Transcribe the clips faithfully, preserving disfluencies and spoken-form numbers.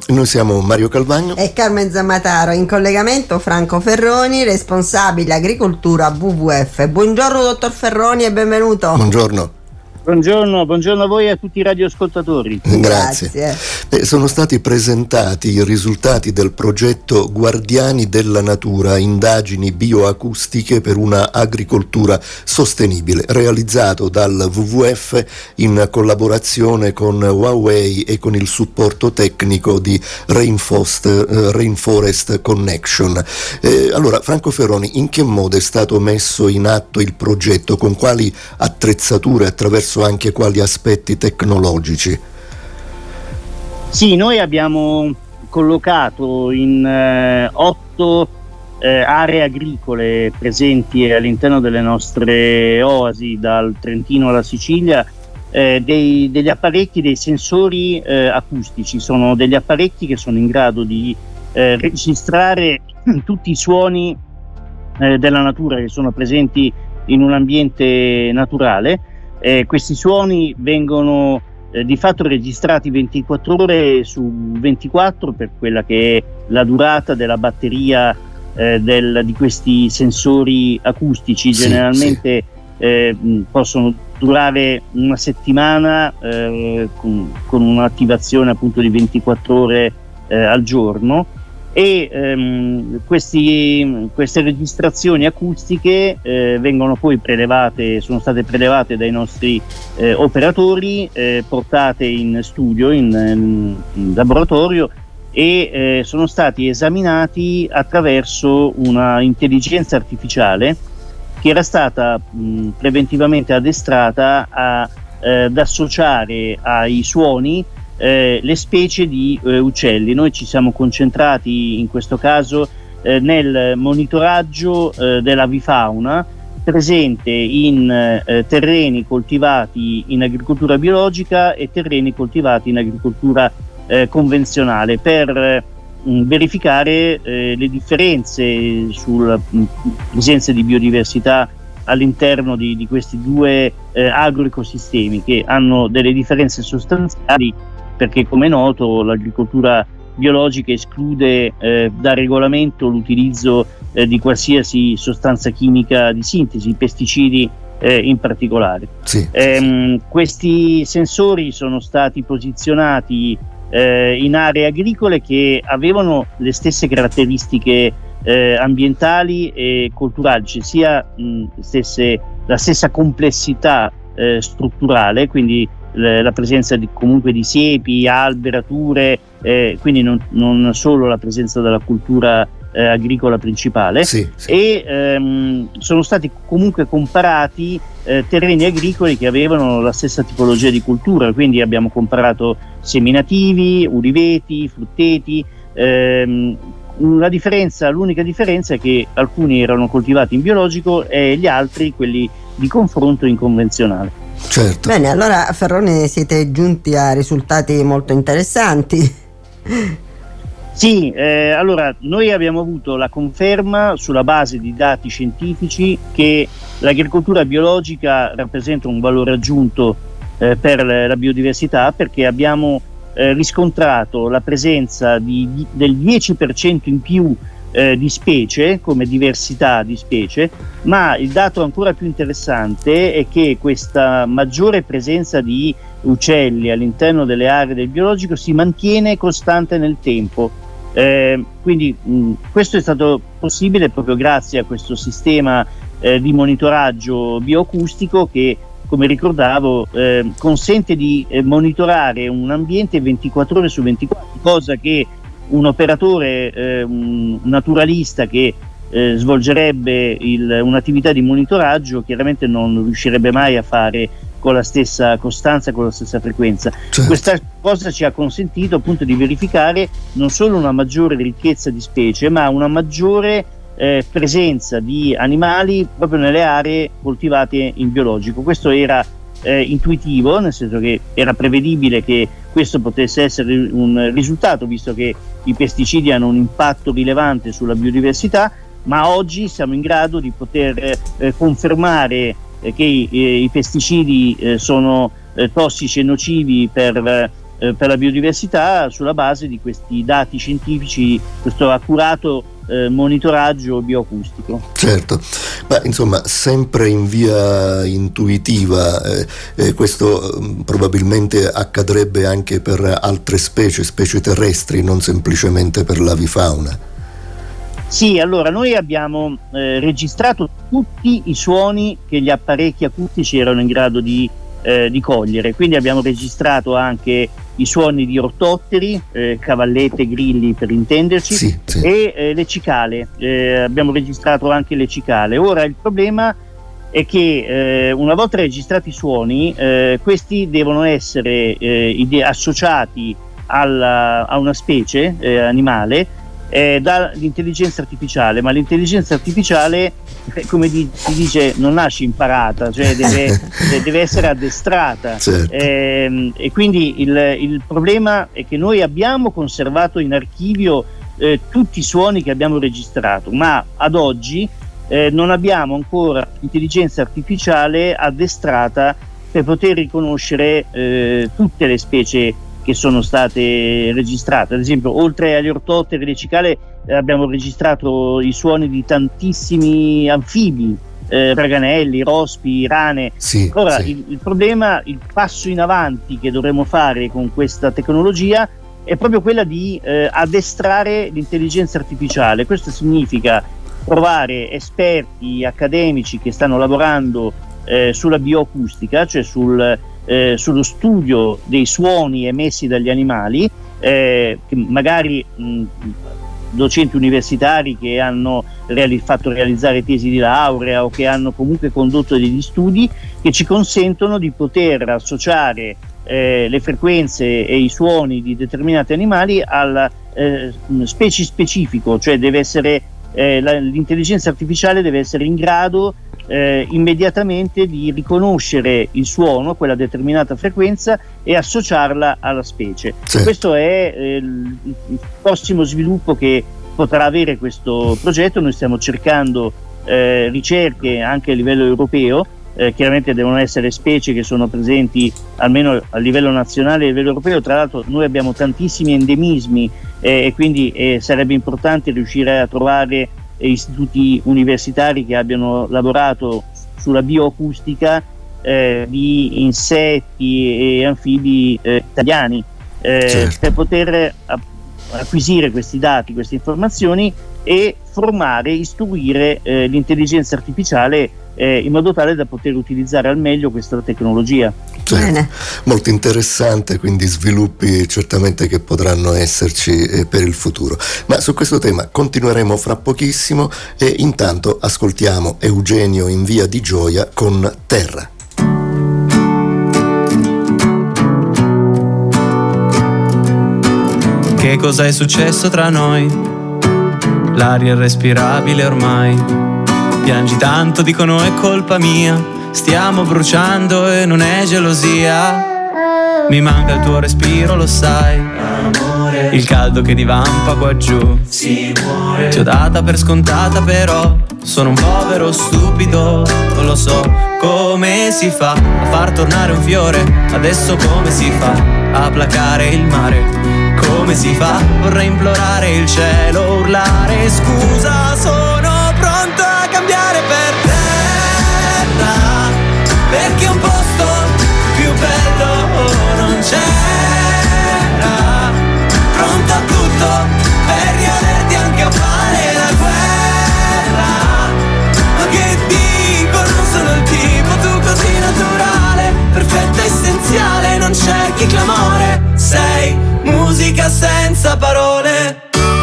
Noi siamo Mario Calvagno e Carmen Zammataro. In collegamento Franco Ferroni, responsabile agricoltura W W F. Buongiorno dottor Ferroni e benvenuto. Buongiorno. Buongiorno, buongiorno a voi e a tutti i radioascoltatori. Grazie. Grazie. Eh, sono stati presentati i risultati del progetto Guardiani della Natura, indagini bioacustiche per una agricoltura sostenibile, realizzato dal W W F in collaborazione con Huawei e con il supporto tecnico di Rainforest, eh, Rainforest Connection. Eh, allora, Franco Ferroni, in che modo è stato messo in atto il progetto? Con quali attrezzature, attraverso anche quali aspetti tecnologici? Sì, noi abbiamo collocato in eh, otto eh, aree agricole presenti all'interno delle nostre oasi, dal Trentino alla Sicilia, eh, dei, degli apparecchi, dei sensori eh, acustici. Sono degli apparecchi che sono in grado di eh, registrare tutti i suoni eh, della natura che sono presenti in un ambiente naturale. Eh, questi suoni vengono eh, di fatto registrati ventiquattro ore su ventiquattro per quella che è la durata della batteria eh, del, di questi sensori acustici. Sì, generalmente sì. Eh, possono durare una settimana eh, con, con un'attivazione appunto di ventiquattro ore eh, al giorno. E ehm, questi, queste registrazioni acustiche eh, vengono poi prelevate, sono state prelevate dai nostri eh, operatori, eh, portate in studio, in, in laboratorio e eh, sono stati esaminati attraverso una intelligenza artificiale che era stata mh, preventivamente addestrata a, eh, ad associare ai suoni Eh, le specie di eh, uccelli. Noi ci siamo concentrati in questo caso eh, nel monitoraggio eh, dell'avifauna presente in eh, terreni coltivati in agricoltura biologica e terreni coltivati in agricoltura eh, convenzionale per eh, verificare eh, le differenze sulla mh, presenza di biodiversità all'interno di, di questi due eh, agroecosistemi, che hanno delle differenze sostanziali, perché come è noto l'agricoltura biologica esclude eh, da regolamento l'utilizzo eh, di qualsiasi sostanza chimica di sintesi, pesticidi eh, in particolare. Sì. Ehm, questi sensori sono stati posizionati eh, in aree agricole che avevano le stesse caratteristiche eh, ambientali e culturali, cioè sia mh, stesse, la stessa complessità eh, strutturale, quindi la presenza di, comunque di siepi, alberature, eh, quindi non, non solo la presenza della cultura eh, agricola principale. Sì, sì. E ehm, sono stati comunque comparati eh, terreni agricoli che avevano la stessa tipologia di cultura, quindi abbiamo comparato seminativi, uliveti, frutteti. Ehm, la differenza, l'unica differenza è che alcuni erano coltivati in biologico e gli altri, quelli di confronto, in convenzionale. Certo. Bene, allora Ferroni, siete giunti a risultati molto interessanti. Sì, eh, allora noi abbiamo avuto la conferma sulla base di dati scientifici che l'agricoltura biologica rappresenta un valore aggiunto eh, per la biodiversità, perché abbiamo eh, riscontrato la presenza di, di, del dieci per cento in più Eh, di specie, come diversità di specie, ma il dato ancora più interessante è che questa maggiore presenza di uccelli all'interno delle aree del biologico si mantiene costante nel tempo. Eh, quindi mh, questo è stato possibile proprio grazie a questo sistema eh, di monitoraggio bioacustico che, come ricordavo, eh, consente di eh, monitorare un ambiente ventiquattro ore su ventiquattro, cosa che un operatore, eh, un naturalista che eh, svolgerebbe il, un'attività di monitoraggio chiaramente non riuscirebbe mai a fare con la stessa costanza, con la stessa frequenza. Certo. Questa cosa ci ha consentito appunto di verificare non solo una maggiore ricchezza di specie, ma una maggiore eh, presenza di animali proprio nelle aree coltivate in biologico. Questo era eh, intuitivo, nel senso che era prevedibile che questo potesse essere un risultato, visto che i pesticidi hanno un impatto rilevante sulla biodiversità, ma oggi siamo in grado di poter eh, confermare eh, che eh, i pesticidi eh, sono eh, tossici e nocivi per eh, per la biodiversità sulla base di questi dati scientifici, questo accurato eh, monitoraggio bioacustico. Certo, ma insomma sempre in via intuitiva, eh, eh, questo eh, probabilmente accadrebbe anche per altre specie, specie terrestri, non semplicemente per l'avifauna. Sì, allora noi abbiamo eh, registrato tutti i suoni che gli apparecchi acustici erano in grado di, eh, di cogliere, quindi abbiamo registrato anche i suoni di ortotteri, eh, cavallette, grilli per intenderci, sì, sì. e eh, le cicale, eh, abbiamo registrato anche le cicale. Ora il problema è che eh, una volta registrati i suoni, eh, questi devono essere eh, ide- associati alla, a una specie eh, animale Eh, dall'intelligenza artificiale, ma l'intelligenza artificiale, eh, come di, si dice, non nasce imparata, cioè deve, deve essere addestrata. Certo. Eh, e quindi il, il problema è che noi abbiamo conservato in archivio eh, tutti i suoni che abbiamo registrato, ma ad oggi eh, non abbiamo ancora l'intelligenza artificiale addestrata per poter riconoscere eh, tutte le specie che sono state registrate. Ad esempio, oltre agli ortotteri e le cicale, eh, abbiamo registrato i suoni di tantissimi anfibi, eh, raganelli, rospi, rane. Sì, Ora, sì. il, il problema, il passo in avanti che dovremo fare con questa tecnologia è proprio quella di eh, addestrare l'intelligenza artificiale. Questo significa trovare esperti accademici che stanno lavorando eh, sulla bioacustica, cioè sul Eh, sullo studio dei suoni emessi dagli animali, eh, che magari mh, docenti universitari che hanno reali- fatto realizzare tesi di laurea o che hanno comunque condotto degli studi che ci consentono di poter associare eh, le frequenze e i suoni di determinati animali alla eh, specie specifico, cioè deve essere eh, la, l'intelligenza artificiale deve essere in grado Eh, immediatamente di riconoscere il suono, quella determinata frequenza, e associarla alla specie. Sì. Questo è eh, il, il prossimo sviluppo che potrà avere questo progetto. Noi stiamo cercando eh, ricerche anche a livello europeo, eh, chiaramente devono essere specie che sono presenti almeno a livello nazionale e a livello europeo. Tra l'altro noi abbiamo tantissimi endemismi eh, e quindi eh, sarebbe importante riuscire a trovare istituti universitari che abbiano lavorato sulla bioacustica eh, di insetti e anfibi eh, italiani, eh, certo. per poter acquisire questi dati, queste informazioni e formare, istruire eh, l'intelligenza artificiale eh, in modo tale da poter utilizzare al meglio questa tecnologia. Certo. Molto interessante, quindi sviluppi certamente che potranno esserci eh, per il futuro. Ma su questo tema continueremo fra pochissimo e intanto ascoltiamo Eugenio in Via di Gioia con Terra. Che cosa è successo tra noi? L'aria è irrespirabile ormai. Piangi tanto, dicono è colpa mia. Stiamo bruciando e non è gelosia. Mi manca il tuo respiro, lo sai. Amore, il caldo che divampa qua giù. Si muore. Ti ho data per scontata però sono un povero stupido. Non lo so come si fa a far tornare un fiore. Adesso come si fa a placare il mare? Come si fa? Vorrei implorare il cielo, urlare scusa, sono pronto a cambiare per terra, perché un posto più bello non c'era. Pronto a tutto per riaverti anche a fare la guerra. Ma che dico, non sono il tipo, tu così naturale, perfetta, essenziale, non cerchi clamore. Sei musica senza parole.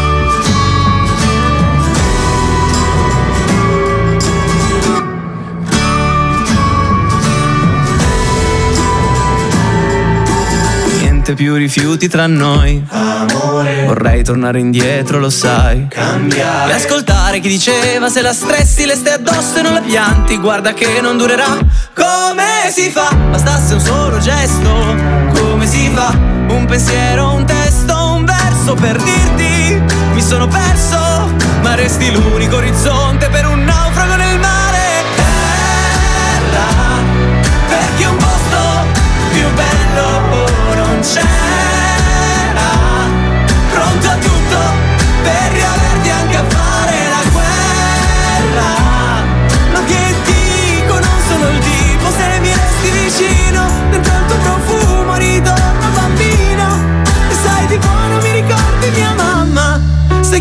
Niente più rifiuti tra noi. Amore, vorrei tornare indietro, lo sai. Cambiare e ascoltare chi diceva se la stressi le stai addosso e non la pianti. Guarda che non durerà. Come si fa? Bastasse un solo gesto. Come si fa? Un pensiero, un testo, un verso per dirti mi sono perso, ma resti l'unico orizzonte per un naufrago nel mare. Terra, perché un posto più bello non c'è.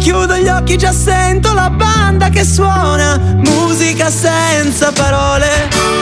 chiudo gli occhi già sento la banda che suona, musica senza parole.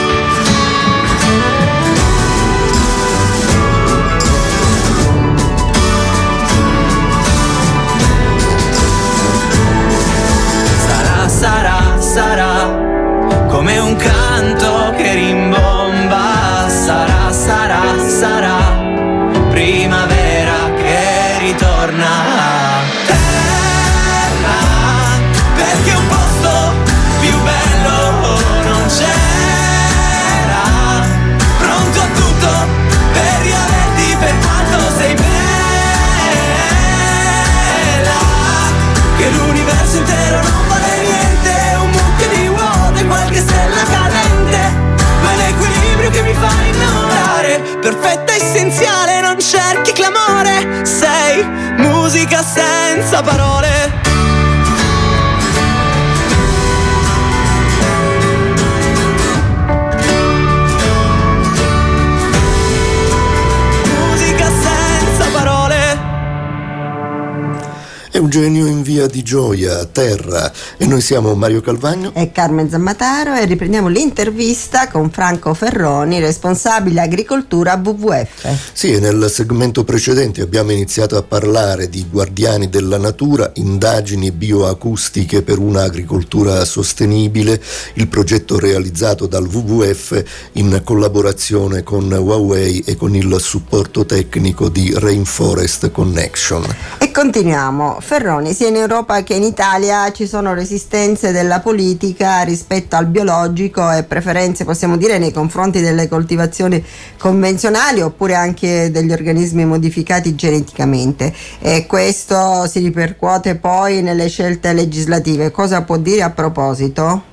Sarà, sarà come un canto che rimbomba, sarà, sarà, sarà primavera che ritorna. Terra, perché un posto più bello non c'era, pronto a tutto per riaverti per quanto sei bella, che l'universo intero non qualche stella cadente, ma l'equilibrio che mi fa innamorare, perfetta, essenziale, non cerchi clamore, sei musica senza parole. Musica senza parole. Eugenio in via di Gioia, Terra, e noi siamo Mario Calvagno e Carmen Zammataro e riprendiamo l'intervista con Franco Ferroni, responsabile agricoltura W W F. Sì, nel segmento precedente abbiamo iniziato a parlare di Guardiani della Natura, indagini bioacustiche per un'agricoltura sostenibile, il progetto realizzato dal W W F in collaborazione con Huawei e con il supporto tecnico di Rainforest Connection. E continuiamo. Ferroni, sia in Europa che in Italia ci sono resistenze della politica rispetto al biologico e preferenze, possiamo dire, nei confronti delle coltivazioni convenzionali oppure anche degli organismi modificati geneticamente, e questo si ripercuote poi nelle scelte legislative. Cosa può dire a proposito?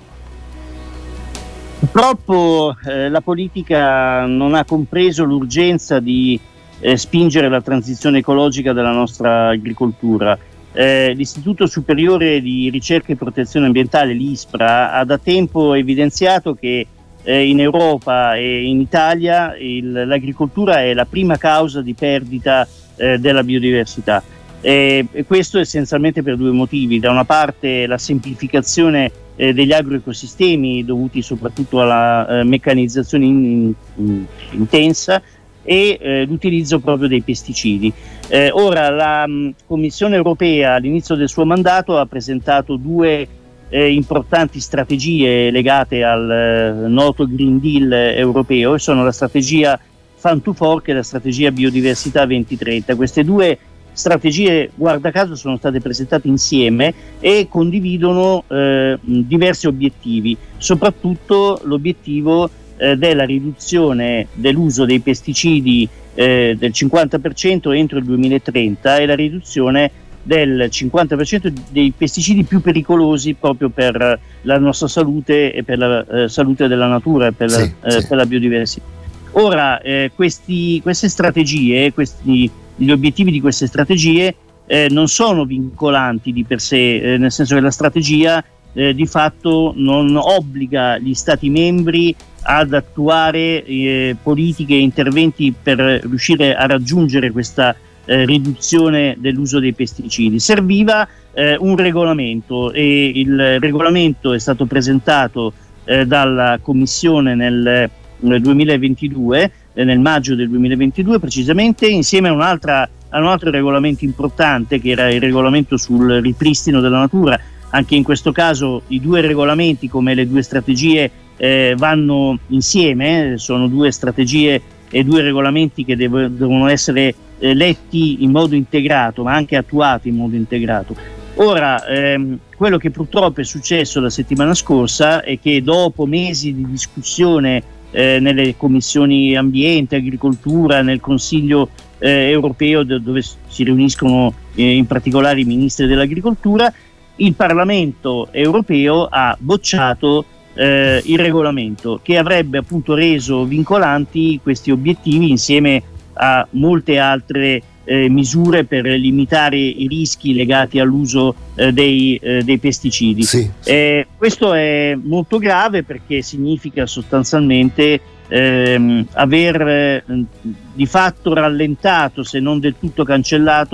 Purtroppo eh, la politica non ha compreso l'urgenza di eh, spingere la transizione ecologica della nostra agricoltura. Eh, L'Istituto Superiore di Ricerca e Protezione Ambientale, l'ISPRA, ha da tempo evidenziato che eh, in Europa e in Italia il, l'agricoltura è la prima causa di perdita eh, della biodiversità. Eh, e questo essenzialmente per due motivi: da una parte la semplificazione eh, degli agroecosistemi dovuti soprattutto alla eh, meccanizzazione in, in, intensa e eh, l'utilizzo proprio dei pesticidi. Eh, ora la mh, Commissione europea all'inizio del suo mandato ha presentato due eh, importanti strategie legate al eh, noto Green Deal europeo, e sono la strategia Farm to Fork e la strategia Biodiversità duemilatrenta. Queste due strategie, guarda caso, sono state presentate insieme e condividono eh, diversi obiettivi, soprattutto l'obiettivo eh, della riduzione dell'uso dei pesticidi eh, del cinquanta per cento entro il duemilatrenta e la riduzione del cinquanta per cento dei pesticidi più pericolosi proprio per la nostra salute e per la eh, salute della natura e per, sì, la, eh, sì. per la biodiversità. Ora, eh, questi, queste strategie, questi, gli obiettivi di queste strategie eh, non sono vincolanti di per sé, eh, nel senso che la strategia eh, di fatto non obbliga gli Stati membri ad attuare eh, politiche e interventi per riuscire a raggiungere questa eh, riduzione dell'uso dei pesticidi. Serviva eh, un regolamento, e il regolamento è stato presentato eh, dalla Commissione nel, nel duemilaventidue, eh, nel maggio del duemilaventidue precisamente, insieme a, un'altra, a un altro regolamento importante che era il regolamento sul ripristino della natura. Anche in questo caso i due regolamenti, come le due strategie, eh, vanno insieme, sono due strategie e due regolamenti che devo, devono essere eh, letti in modo integrato, ma anche attuati in modo integrato. Ora, ehm, quello che purtroppo è successo la settimana scorsa è che dopo mesi di discussione eh, nelle commissioni ambiente, agricoltura, nel Consiglio eh, europeo, dove si riuniscono eh, in particolare i ministri dell'agricoltura, il Parlamento europeo ha bocciato eh, il regolamento che avrebbe appunto reso vincolanti questi obiettivi insieme a molte altre eh, misure per limitare i rischi legati all'uso eh, dei, eh, dei pesticidi. Sì. Eh, questo è molto grave perché significa sostanzialmente ehm, aver eh, di fatto rallentato, se non del tutto cancellato,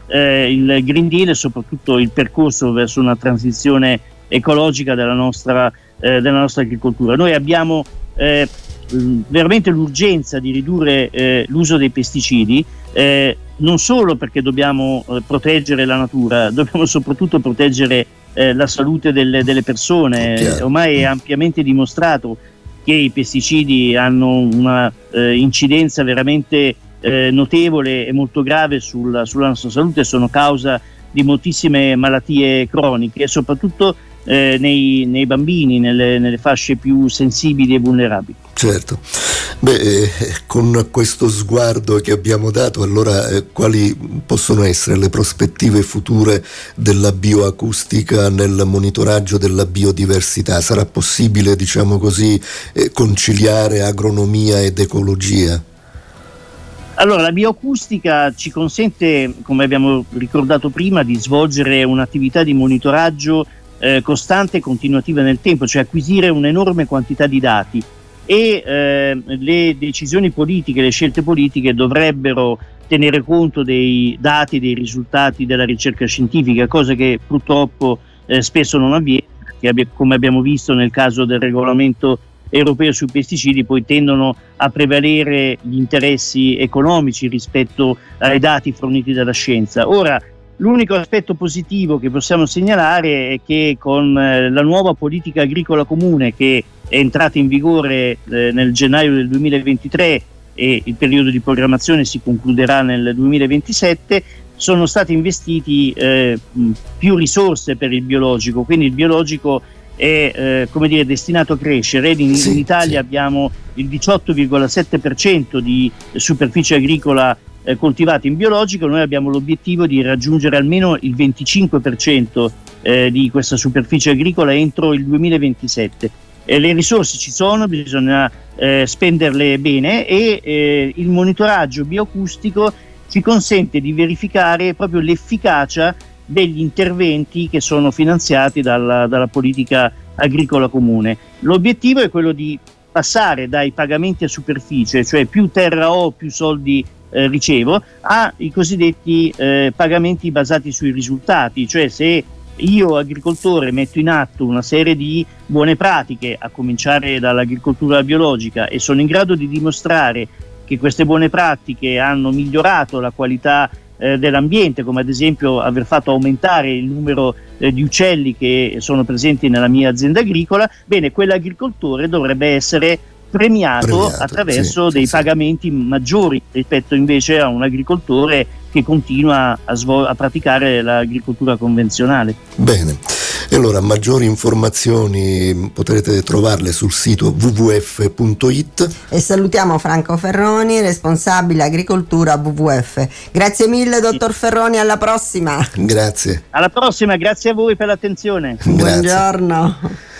eh, il Green Deal e soprattutto il percorso verso una transizione ecologica della nostra, eh, della nostra agricoltura. Noi abbiamo eh, veramente l'urgenza di ridurre eh, l'uso dei pesticidi, eh, non solo perché dobbiamo eh, proteggere la natura, dobbiamo soprattutto proteggere eh, la salute delle, delle persone. Okay. Ormai è ampiamente dimostrato che i pesticidi hanno una eh, incidenza veramente eh, notevole e molto grave sul, sulla nostra salute, sono causa di moltissime malattie croniche e soprattutto eh, nei, nei bambini, nelle, nelle fasce più sensibili e vulnerabili. Certo. Beh, eh, con questo sguardo che abbiamo dato, allora eh, quali possono essere le prospettive future della bioacustica nel monitoraggio della biodiversità? Sarà possibile, diciamo così, eh, conciliare agronomia ed ecologia? Allora, la bioacustica ci consente, come abbiamo ricordato prima, di svolgere un'attività di monitoraggio eh, costante e continuativa nel tempo, cioè acquisire un'enorme quantità di dati. E eh, le decisioni politiche, le scelte politiche dovrebbero tenere conto dei dati, dei risultati della ricerca scientifica, cosa che purtroppo eh, spesso non avviene, che abbia, come abbiamo visto nel caso del regolamento europeo sui pesticidi, poi tendono a prevalere gli interessi economici rispetto ai dati forniti dalla scienza. Ora, l'unico aspetto positivo che possiamo segnalare è che con eh, la nuova politica agricola comune, che è entrata in vigore eh, nel gennaio del duemilaventitré e il periodo di programmazione si concluderà nel duemilaventisette, sono state investiti eh, più risorse per il biologico, quindi il biologico è eh, come dire, destinato a crescere. In, sì, in Italia sì. abbiamo il diciotto virgola sette per cento di superficie agricola eh, coltivata in biologico. Noi abbiamo l'obiettivo di raggiungere almeno il venticinque per cento eh, di questa superficie agricola entro il duemilaventisette. Eh, le risorse ci sono, bisogna eh, spenderle bene e eh, il monitoraggio bioacustico ci consente di verificare proprio l'efficacia degli interventi che sono finanziati dalla, dalla politica agricola comune. L'obiettivo è quello di passare dai pagamenti a superficie, cioè più terra ho, più soldi eh, ricevo, ai cosiddetti eh, pagamenti basati sui risultati, cioè se io agricoltore metto in atto una serie di buone pratiche, a cominciare dall'agricoltura biologica, e sono in grado di dimostrare che queste buone pratiche hanno migliorato la qualità eh, dell'ambiente, come ad esempio aver fatto aumentare il numero eh, di uccelli che sono presenti nella mia azienda agricola, bene, quell'agricoltore dovrebbe essere premiato, premiato attraverso sì, dei sì, pagamenti maggiori rispetto invece a un agricoltore che continua a, svol- a praticare l'agricoltura convenzionale. Bene, e allora maggiori informazioni potrete trovarle sul sito w w f punto i t. E salutiamo Franco Ferroni, responsabile agricoltura W W F. Grazie mille dottor Ferroni, alla prossima. Grazie. Alla prossima, grazie a voi per l'attenzione. Grazie. Buongiorno.